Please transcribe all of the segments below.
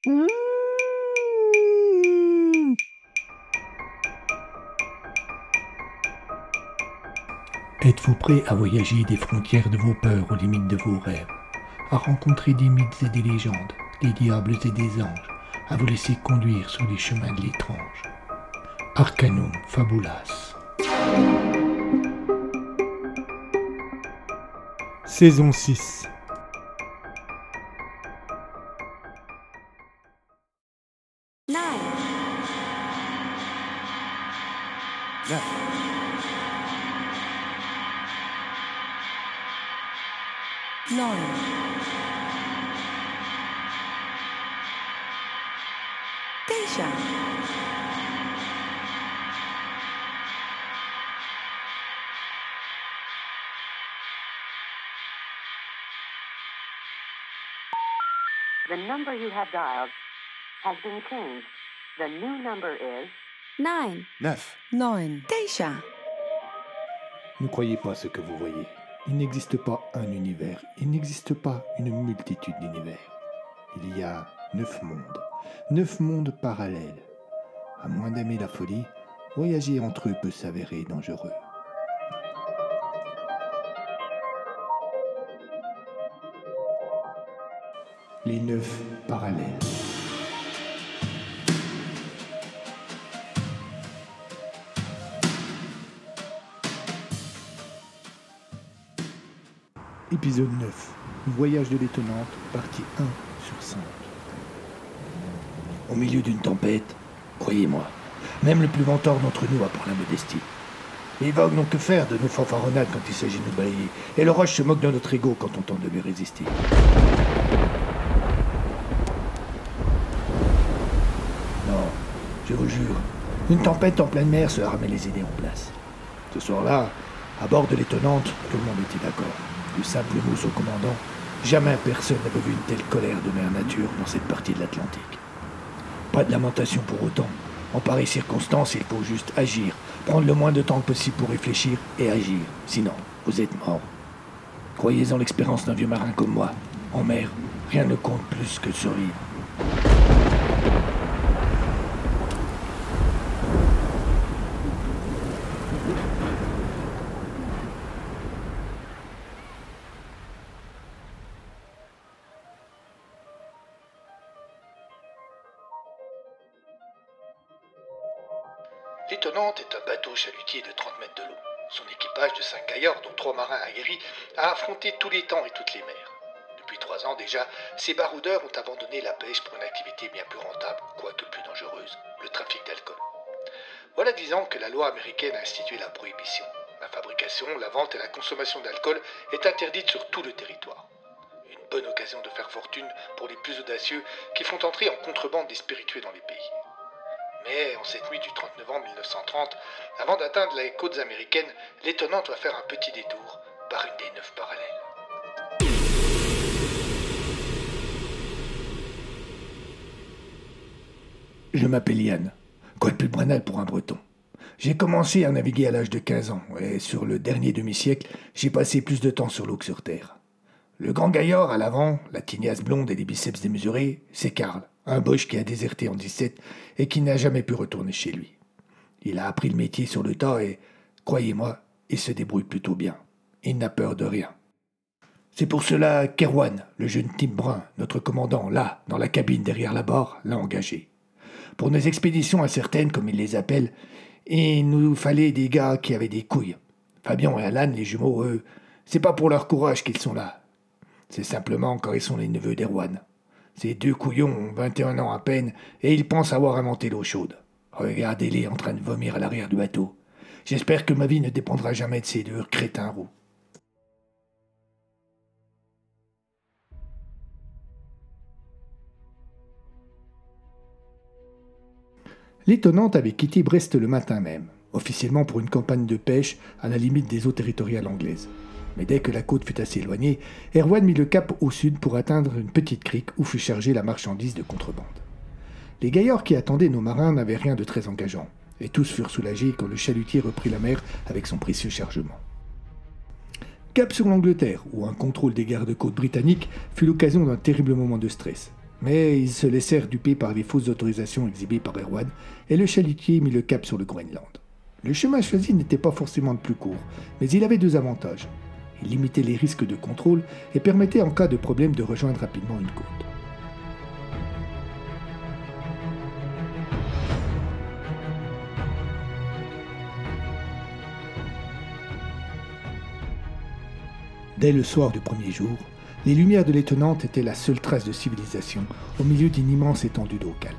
Mmh. Êtes-vous prêt à voyager des frontières de vos peurs aux limites de vos rêves, à rencontrer des mythes et des légendes, des diables et des anges, à vous laisser conduire sur les chemins de l'étrange? Arcanum Fabulas. Saison 6. The number you have dialed has been changed. The new number is 9. 9. Teisha. Ne croyez pas ce que vous voyez. Il n'existe pas un univers, il n'existe pas une multitude d'univers. Il y a 9 mondes parallèles. À moins d'aimer la folie, voyager entre eux peut s'avérer dangereux. Les 9 parallèles. Épisode 9. Voyage de l'étonnante, partie 1 sur 5. Au milieu d'une tempête, croyez-moi, même le plus vantard d'entre nous a pour la modestie. Les vagues n'ont que faire de nos fanfaronnades quand il s'agit de nous balayer, et l'orage se moque de notre ego quand on tente de lui résister. Non, je vous jure, une tempête en pleine mer se remet les idées en place. Ce soir-là, à bord de l'étonnante, tout le monde était d'accord. Du simple mousse au commandant, jamais personne n'avait vu une telle colère de mère nature dans cette partie de l'Atlantique. Pas de lamentation pour autant. En pareille circonstance, il faut juste agir, prendre le moins de temps possible pour réfléchir et agir. Sinon, vous êtes mort. Croyez en l'expérience d'un vieux marin comme moi. En mer, rien ne compte plus que de survivre. L'étonnante est un bateau chalutier de 30 mètres de long. Son équipage de 5 gaillards, dont 3 marins aguerris, a affronté tous les temps et toutes les mers. Depuis 3 ans déjà, ces baroudeurs ont abandonné la pêche pour une activité bien plus rentable, quoique plus dangereuse, le trafic d'alcool. Voilà 10 ans que la loi américaine a institué la prohibition. La fabrication, la vente et la consommation d'alcool est interdite sur tout le territoire. Une bonne occasion de faire fortune pour les plus audacieux qui font entrer en contrebande des spiritueux dans les pays. Mais en cette nuit du 30 novembre 1930, avant d'atteindre les côtes américaines, l'étonnante va faire un petit détour par une des 9 parallèles. Je m'appelle Yann, quoi de plus banal pour un breton. J'ai commencé à naviguer à l'âge de 15 ans, et sur le dernier demi-siècle, j'ai passé plus de temps sur l'eau que sur terre. Le grand gaillard à l'avant, la tignasse blonde et les biceps démesurés, c'est Karl, un boche qui a déserté en 17 et qui n'a jamais pu retourner chez lui. Il a appris le métier sur le tas et, croyez-moi, il se débrouille plutôt bien. Il n'a peur de rien. C'est pour cela qu'Erwan, le jeune Tim Brun, notre commandant, là, dans la cabine derrière la barre, l'a engagé. Pour nos expéditions incertaines, comme il les appelle, il nous fallait des gars qui avaient des couilles. Fabian et Alan, les jumeaux, eux, c'est pas pour leur courage qu'ils sont là. C'est simplement quand ils sont les neveux d'Erwan. Ces 2 couillons ont 21 ans à peine et ils pensent avoir inventé l'eau chaude. Regardez-les en train de vomir à l'arrière du bateau. J'espère que ma vie ne dépendra jamais de ces 2 crétins roux. L'étonnante avait quitté Brest le matin même, officiellement pour une campagne de pêche à la limite des eaux territoriales anglaises. Mais dès que la côte fut assez éloignée, Erwan mit le cap au sud pour atteindre une petite crique où fut chargée la marchandise de contrebande. Les gaillards qui attendaient nos marins n'avaient rien de très engageant, et tous furent soulagés quand le chalutier reprit la mer avec son précieux chargement. Cap sur l'Angleterre, où un contrôle des gardes-côtes britanniques fut l'occasion d'un terrible moment de stress. Mais ils se laissèrent duper par les fausses autorisations exhibées par Erwan, et le chalutier mit le cap sur le Groenland. Le chemin choisi n'était pas forcément le plus court, mais il avait deux avantages. Il limitait les risques de contrôle et permettait en cas de problème de rejoindre rapidement une côte. Dès le soir du premier jour, les lumières de l'étonnante étaient la seule trace de civilisation au milieu d'une immense étendue d'eau calme.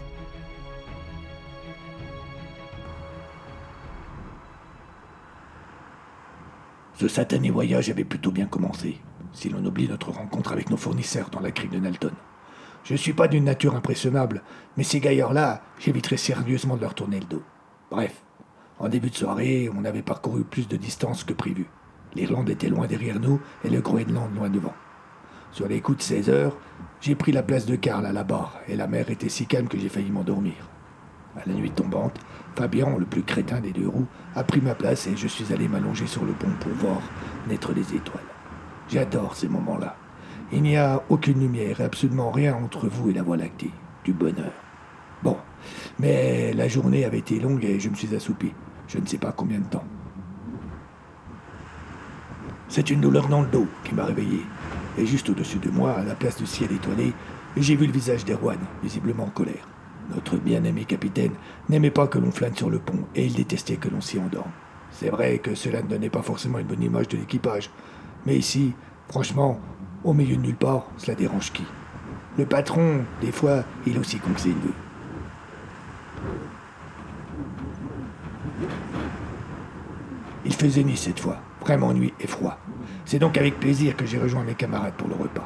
Ce satané voyage avait plutôt bien commencé, si l'on oublie notre rencontre avec nos fournisseurs dans la crique de Nalton. Je ne suis pas d'une nature impressionnable, mais ces gaillards-là, j'éviterais sérieusement de leur tourner le dos. Bref, en début de soirée, on avait parcouru plus de distance que prévu. L'Irlande était loin derrière nous et le Groenland loin devant. Sur les coups de 16 heures, j'ai pris la place de Karl à la barre et la mer était si calme que j'ai failli m'endormir. À la nuit tombante, Fabian, le plus crétin des deux roues, a pris ma place et je suis allé m'allonger sur le pont pour voir naître les étoiles. J'adore ces moments-là. Il n'y a aucune lumière et absolument rien entre vous et la Voie lactée. Du bonheur. Bon, mais la journée avait été longue et je me suis assoupi. Je ne sais pas combien de temps. C'est une douleur dans le dos qui m'a réveillé. Et juste au-dessus de moi, à la place du ciel étoilé, j'ai vu le visage d'Erwan, visiblement en colère. Notre bien-aimé capitaine n'aimait pas que l'on flâne sur le pont et il détestait que l'on s'y endorme. C'est vrai que cela ne donnait pas forcément une bonne image de l'équipage. Mais ici, franchement, au milieu de nulle part, cela dérange qui? Le patron, des fois, il est aussi con que ses neveux. Il faisait nuit cette fois, vraiment nuit et froid. C'est donc avec plaisir que j'ai rejoint mes camarades pour le repas.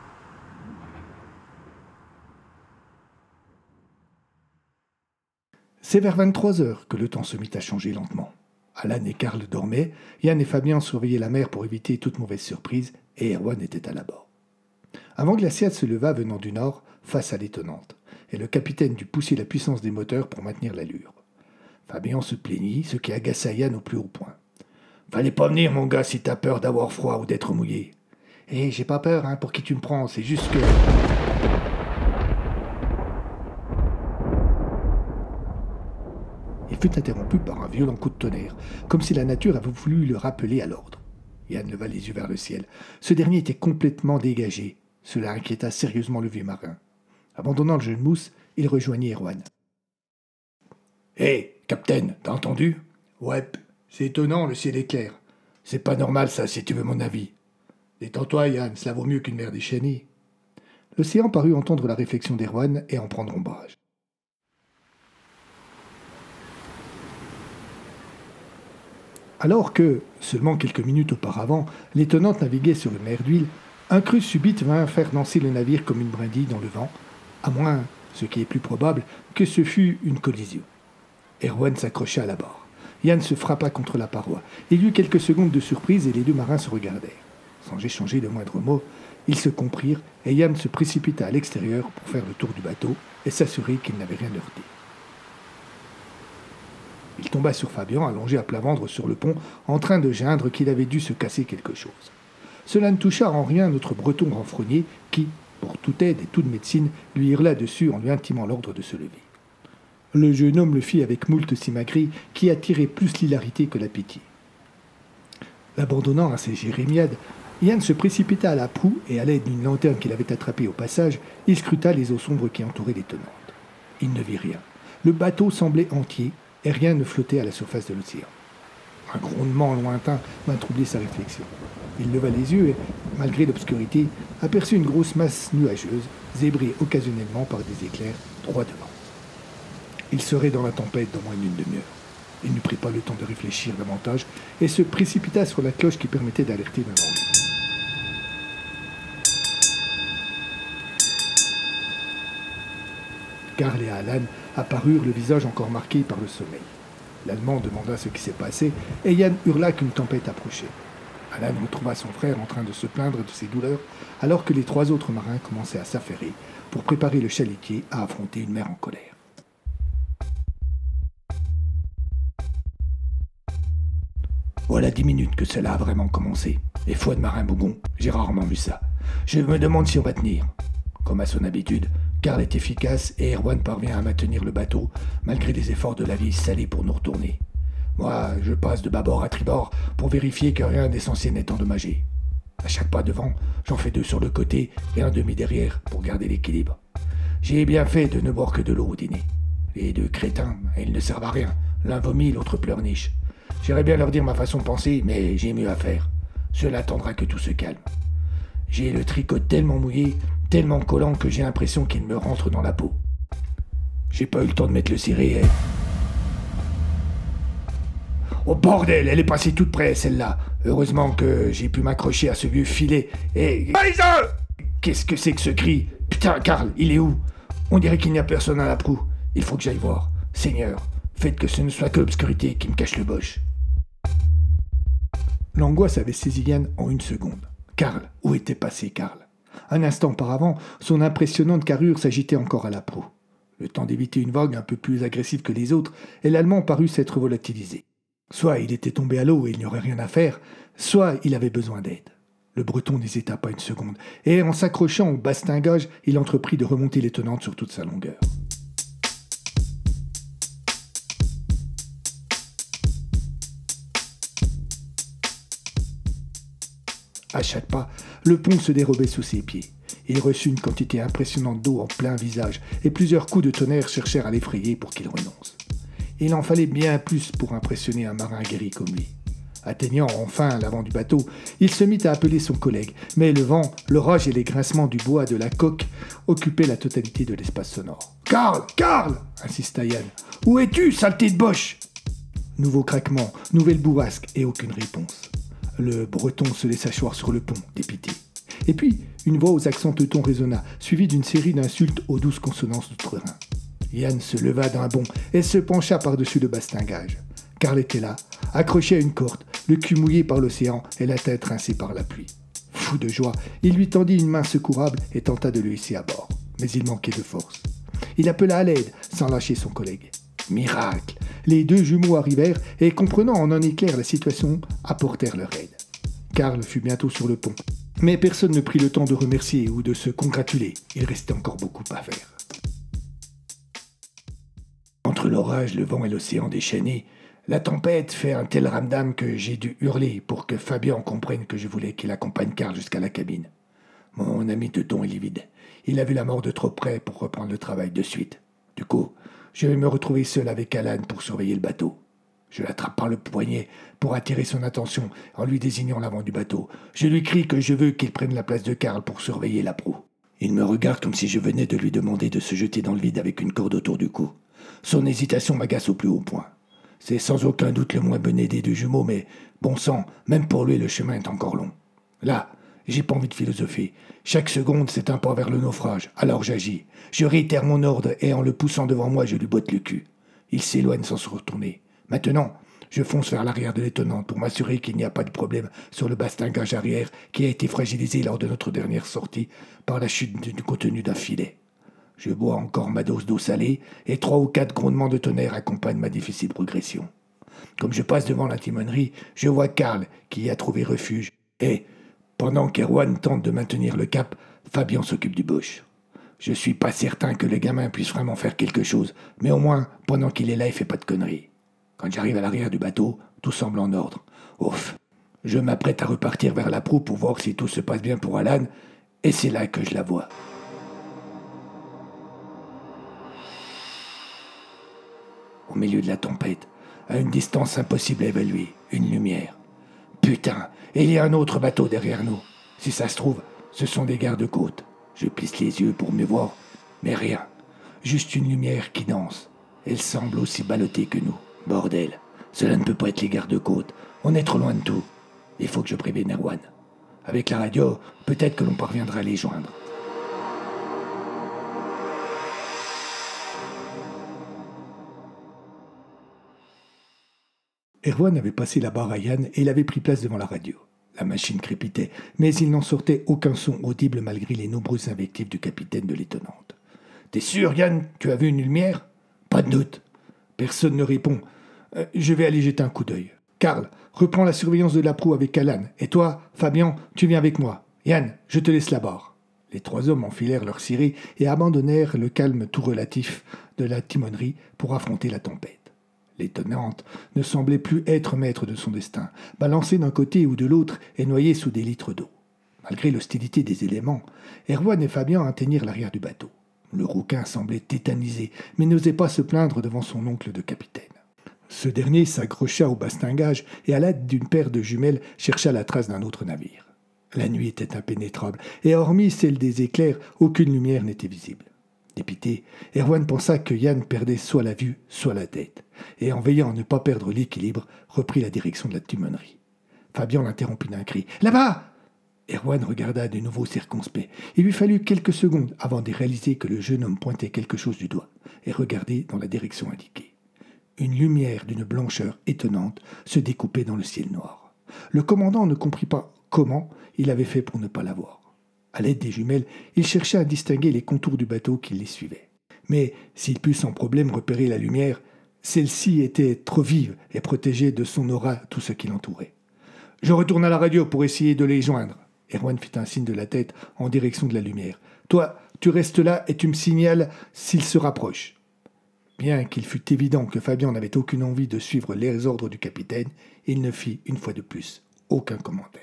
C'est vers 23 heures que le temps se mit à changer lentement. Alan et Karl dormaient, Yann et Fabien surveillaient la mer pour éviter toute mauvaise surprise, et Erwan était à la bord. Un vent glacial se leva venant du nord, face à l'étonnante, et le capitaine dut pousser la puissance des moteurs pour maintenir l'allure. Fabien se plaignit, ce qui agaça Yann au plus haut point. « Fallait pas venir, mon gars, si t'as peur d'avoir froid ou d'être mouillé. »« Eh, j'ai pas peur, pour qui tu me prends, c'est juste que... » Il fut interrompu par un violent coup de tonnerre, comme si la nature avait voulu le rappeler à l'ordre. Yann leva les yeux vers le ciel. Ce dernier était complètement dégagé. Cela inquiéta sérieusement le vieux marin. Abandonnant le jeune mousse, il rejoignit Erwan. « Hé, capitaine, t'as entendu ?»« Ouais, c'est étonnant, le ciel est clair. C'est pas normal ça, si tu veux mon avis. Détends-toi, Yann, cela vaut mieux qu'une mer déchaînée. » L'océan parut entendre la réflexion d'Erwan et en prendre ombrage. Alors que, seulement quelques minutes auparavant, l'étonnante naviguait sur le mer d'huile, un creux subite vint faire danser le navire comme une brindille dans le vent, à moins, ce qui est plus probable, que ce fût une collision. Erwan s'accrocha à la barre. Yann se frappa contre la paroi. Il y eut quelques secondes de surprise et les deux marins se regardèrent. Sans échanger le moindre mot, ils se comprirent et Yann se précipita à l'extérieur pour faire le tour du bateau et s'assurer qu'il n'avait rien heurté. Il tomba sur Fabian, allongé à plat ventre sur le pont, en train de geindre qu'il avait dû se casser quelque chose. Cela ne toucha en rien notre breton renfrogné qui, pour toute aide et toute médecine, lui hurla dessus en lui intimant l'ordre de se lever. Le jeune homme le fit avec moult simagrées qui attiraient plus l'hilarité que la pitié. L'abandonnant à ses jérémiades, Yann se précipita à la proue et à l'aide d'une lanterne qu'il avait attrapée au passage, il scruta les eaux sombres qui entouraient l'étonnante. Il ne vit rien. Le bateau semblait entier et rien ne flottait à la surface de l'océan. Un grondement lointain vint troubler sa réflexion. Il leva les yeux et, malgré l'obscurité, aperçut une grosse masse nuageuse, zébrée occasionnellement par des éclairs droit devant. Il serait dans la tempête d'au moins une demi-heure. Il ne prit pas le temps de réfléchir davantage et se précipita sur la cloche qui permettait d'alerter devant lui. Karl et Alan apparurent, le visage encore marqué par le sommeil. L'Allemand demanda ce qui s'est passé et Yann hurla qu'une tempête approchait. Alan retrouva son frère en train de se plaindre de ses douleurs alors que les trois autres marins commençaient à s'affairer pour préparer le chalutier à affronter une mer en colère. Voilà 10 minutes que cela a vraiment commencé. Et foi de marin bougon, j'ai rarement vu ça. Je me demande si on va tenir. Comme à son habitude, Karl est efficace et Erwan parvient à maintenir le bateau malgré les efforts de la vie salée pour nous retourner. Moi, je passe de bâbord à tribord pour vérifier que rien d'essentiel n'est endommagé. À chaque pas de vent, j'en fais 2 sur le côté et un demi derrière pour garder l'équilibre. J'ai bien fait de ne boire que de l'eau au dîner. Les 2 crétins, ils ne servent à rien. L'un vomit, l'autre pleurniche. J'irais bien leur dire ma façon de penser, mais j'ai mieux à faire. Cela attendra que tout se calme. J'ai le tricot tellement mouillé, tellement collant que j'ai l'impression qu'il me rentre dans la peau. J'ai pas eu le temps de mettre le ciré et... Oh bordel, elle est passée toute près, celle-là. Heureusement que j'ai pu m'accrocher à ce vieux filet et... Balisa! Qu'est-ce que c'est que ce cri? Putain, Karl, il est où? On dirait qu'il n'y a personne à la proue. Il faut que j'aille voir. Seigneur, faites que ce ne soit que l'obscurité qui me cache le boche. L'angoisse avait saisi Yann en 1 seconde. Karl, où était passé Karl? Un instant auparavant, son impressionnante carrure s'agitait encore à la proue. Le temps d'éviter une vague un peu plus agressive que les autres, et l'Allemand parut s'être volatilisé. Soit il était tombé à l'eau et il n'y aurait rien à faire, soit il avait besoin d'aide. Le Breton n'hésita pas 1 seconde, et en s'accrochant au bastingage, il entreprit de remonter l'étonnante sur toute sa longueur. À chaque pas, le pont se dérobait sous ses pieds. Il reçut une quantité impressionnante d'eau en plein visage, et plusieurs coups de tonnerre cherchèrent à l'effrayer pour qu'il renonce. Il en fallait bien plus pour impressionner un marin guéri comme lui. Atteignant enfin l'avant du bateau, il se mit à appeler son collègue, mais le vent, l'orage et les grincements du bois de la coque occupaient la totalité de l'espace sonore. « Karl, Karl !» insista Yann. « Où es-tu, saleté de boche ?» Nouveau craquement, nouvelle bourrasque et aucune réponse. Le Breton se laissa choir sur le pont, dépité. Et puis, une voix aux accents teutons résonna, suivie d'une série d'insultes aux douces consonances d'outre-Rhin. Yann se leva d'un bond et se pencha par-dessus le bastingage. Karl était là, accroché à une corde, le cul mouillé par l'océan et la tête rincée par la pluie. Fou de joie, il lui tendit une main secourable et tenta de le hisser à bord. Mais il manquait de force. Il appela à l'aide, sans lâcher son collègue. Miracle! Les 2 jumeaux arrivèrent et, comprenant en un éclair la situation, apportèrent leur aide. Karl fut bientôt sur le pont. Mais personne ne prit le temps de remercier ou de se congratuler. Il restait encore beaucoup à faire. Entre l'orage, le vent et l'océan déchaîné, la tempête fait un tel ramdam que j'ai dû hurler pour que Fabian comprenne que je voulais qu'il accompagne Karl jusqu'à la cabine. Mon ami Teuton est livide. Il a vu la mort de trop près pour reprendre le travail de suite. Du coup, je vais me retrouver seul avec Alan pour surveiller le bateau. Je l'attrape par le poignet pour attirer son attention en lui désignant l'avant du bateau. Je lui crie que je veux qu'il prenne la place de Karl pour surveiller la proue. Il me regarde comme si je venais de lui demander de se jeter dans le vide avec une corde autour du cou. Son hésitation m'agace au plus haut point. C'est sans aucun doute le moins bonnet des 2 jumeaux, mais bon sang, même pour lui le chemin est encore long. Là, j'ai pas envie de philosopher. Chaque seconde, c'est un pas vers le naufrage. Alors j'agis. Je réitère mon ordre et en le poussant devant moi, je lui botte le cul. Il s'éloigne sans se retourner. Maintenant, je fonce vers l'arrière de l'étonnante pour m'assurer qu'il n'y a pas de problème sur le bastingage arrière qui a été fragilisé lors de notre dernière sortie par la chute du contenu d'un filet. Je bois encore ma dose d'eau salée et 3 ou 4 grondements de tonnerre accompagnent ma difficile progression. Comme je passe devant la timonerie, je vois Karl qui y a trouvé refuge et, pendant qu'Erwan tente de maintenir le cap, Fabian s'occupe du boche. Je suis pas certain que le gamin puisse vraiment faire quelque chose, mais au moins, pendant qu'il est là, il fait pas de conneries. Quand j'arrive à l'arrière du bateau, tout semble en ordre. Ouf. Je m'apprête à repartir vers la proue pour voir si tout se passe bien pour Alan, et c'est là que je la vois. Au milieu de la tempête, à une distance impossible à évaluer, une lumière. Putain, et il y a un autre bateau derrière nous. Si ça se trouve, ce sont des gardes-côtes. Je plisse les yeux pour mieux voir, mais rien. Juste une lumière qui danse. Elle semble aussi ballottée que nous. Bordel, cela ne peut pas être les gardes-côtes. On est trop loin de tout. Il faut que je prévienne Erwan. Avec la radio, peut-être que l'on parviendra à les joindre. Erwan avait passé la barre à Yann et il avait pris place devant la radio. La machine crépitait, mais il n'en sortait aucun son audible malgré les nombreuses invectives du capitaine de l'étonnante. « T'es sûr, Yann, tu as vu une lumière ?»« Pas de doute. » Personne ne répond. Je vais aller jeter un coup d'œil. Karl, reprends la surveillance de la proue avec Alan. Et toi, Fabian, tu viens avec moi. Yann, je te laisse la barre. Les 3 hommes enfilèrent leurs cirés et abandonnèrent le calme tout relatif de la timonerie pour affronter la tempête. L'étonnante ne semblait plus être maître de son destin, balancée d'un côté ou de l'autre et noyée sous des litres d'eau. Malgré l'hostilité des éléments, Erwan et Fabien atteignirent l'arrière du bateau. Le rouquin semblait tétanisé, mais n'osait pas se plaindre devant son oncle de capitaine. Ce dernier s'accrocha au bastingage et à l'aide d'une paire de jumelles chercha la trace d'un autre navire. La nuit était impénétrable, et hormis celle des éclairs, aucune lumière n'était visible. Dépité, Erwan pensa que Yann perdait soit la vue, soit la tête, et en veillant à ne pas perdre l'équilibre, reprit la direction de la timonerie. Fabien l'interrompit d'un cri. « Là-bas !» Erwan regarda de nouveau circonspect. Il lui fallut quelques secondes avant de réaliser que le jeune homme pointait quelque chose du doigt et regardait dans la direction indiquée. Une lumière d'une blancheur étonnante se découpait dans le ciel noir. Le commandant ne comprit pas comment il avait fait pour ne pas la voir. À l'aide des jumelles, il cherchait à distinguer les contours du bateau qui les suivait. Mais s'il put sans problème repérer la lumière, celle-ci était trop vive et protégeait de son aura tout ce qui l'entourait. « Je retourne à la radio pour essayer de les joindre. » Erwan fit un signe de la tête en direction de la lumière. « Toi, tu restes là et tu me signales s'il se rapproche. » Bien qu'il fût évident que Fabien n'avait aucune envie de suivre les ordres du capitaine, il ne fit, une fois de plus, aucun commentaire.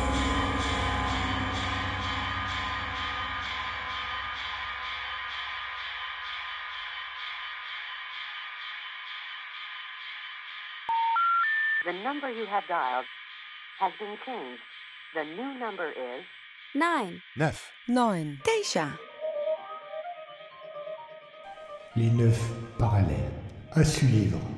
The number you have dialed has been changed. The new number is 9 9 9 9 Les 9 parallèles. À suivre.